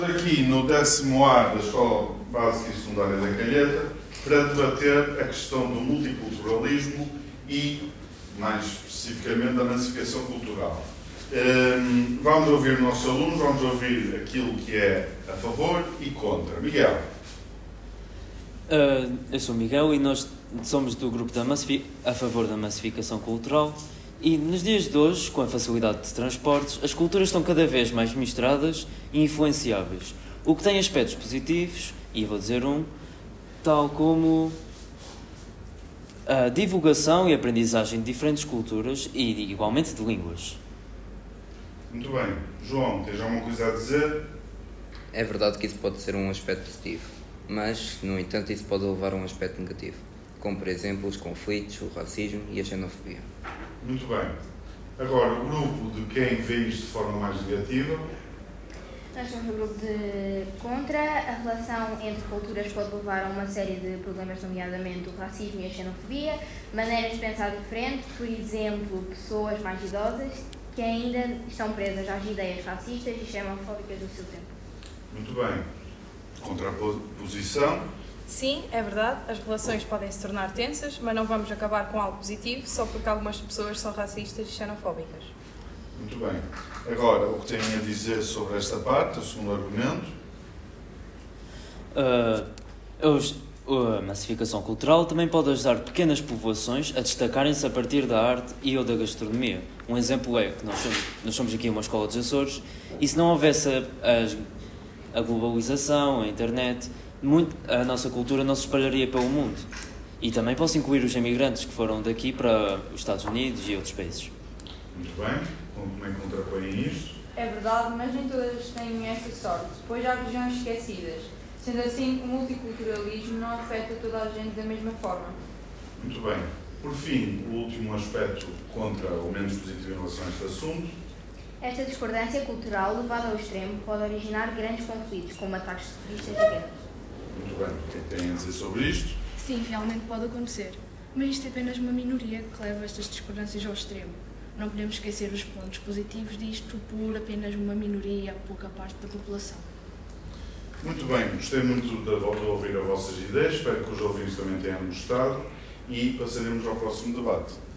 Aqui no 10º A da Escola Básica e Secundária da Calheta para debater a questão do multiculturalismo e, mais especificamente, a massificação cultural. Vamos ouvir os nossos alunos, vamos ouvir aquilo que é a favor e contra. Miguel. Eu sou o Miguel e nós somos do grupo a favor da massificação cultural. E nos dias de hoje, com a facilidade de transportes, as culturas estão cada vez mais misturadas e influenciáveis, o que tem aspectos positivos, e vou dizer tal como a divulgação e aprendizagem de diferentes culturas e, igualmente, de línguas. Muito bem. João, tens alguma coisa a dizer? É verdade que isso pode ser um aspecto positivo, mas, no entanto, isso pode levar a um aspecto negativo, como, por exemplo, os conflitos, o racismo e a xenofobia. Muito bem. Agora, o grupo de quem vê isto de forma mais negativa. Nós somos o grupo de contra. A relação entre culturas pode levar a uma série de problemas, nomeadamente o racismo e a xenofobia, maneiras de pensar diferentes, por exemplo, pessoas mais idosas que ainda estão presas às ideias racistas e xenofóbicas do seu tempo. Muito bem. Contraposição. Sim, é verdade, as relações podem se tornar tensas, mas não vamos acabar com algo positivo só porque algumas pessoas são racistas e xenofóbicas. Muito bem. Agora, o que têm a dizer sobre esta parte, o segundo argumento? A massificação cultural também pode ajudar pequenas povoações a destacarem-se a partir da arte e ou da gastronomia. Um exemplo é que nós somos aqui uma escola dos Açores e se não houvesse a globalização, a internet, a nossa cultura não se espalharia pelo mundo. E também posso incluir os imigrantes que foram daqui para os Estados Unidos e outros países. Muito bem. Como é que contrapõem isto? É verdade, mas nem todas têm essa sorte, pois há regiões esquecidas. Sendo assim, o multiculturalismo não afeta toda a gente da mesma forma. Muito bem. Por fim, o último aspecto contra ou menos positivo em relação a este assunto. Esta discordância cultural levada ao extremo pode originar grandes conflitos, como ataques terroristas e guerras. Muito bem. O que têm a dizer sobre isto? Sim, realmente pode acontecer. Mas isto é apenas uma minoria que leva estas discordâncias ao extremo. Não podemos esquecer os pontos positivos disto por apenas uma minoria, pouca parte da população. Muito bem. Gostei muito de ouvir as vossas ideias. Espero que os ouvintes também tenham gostado e passaremos ao próximo debate.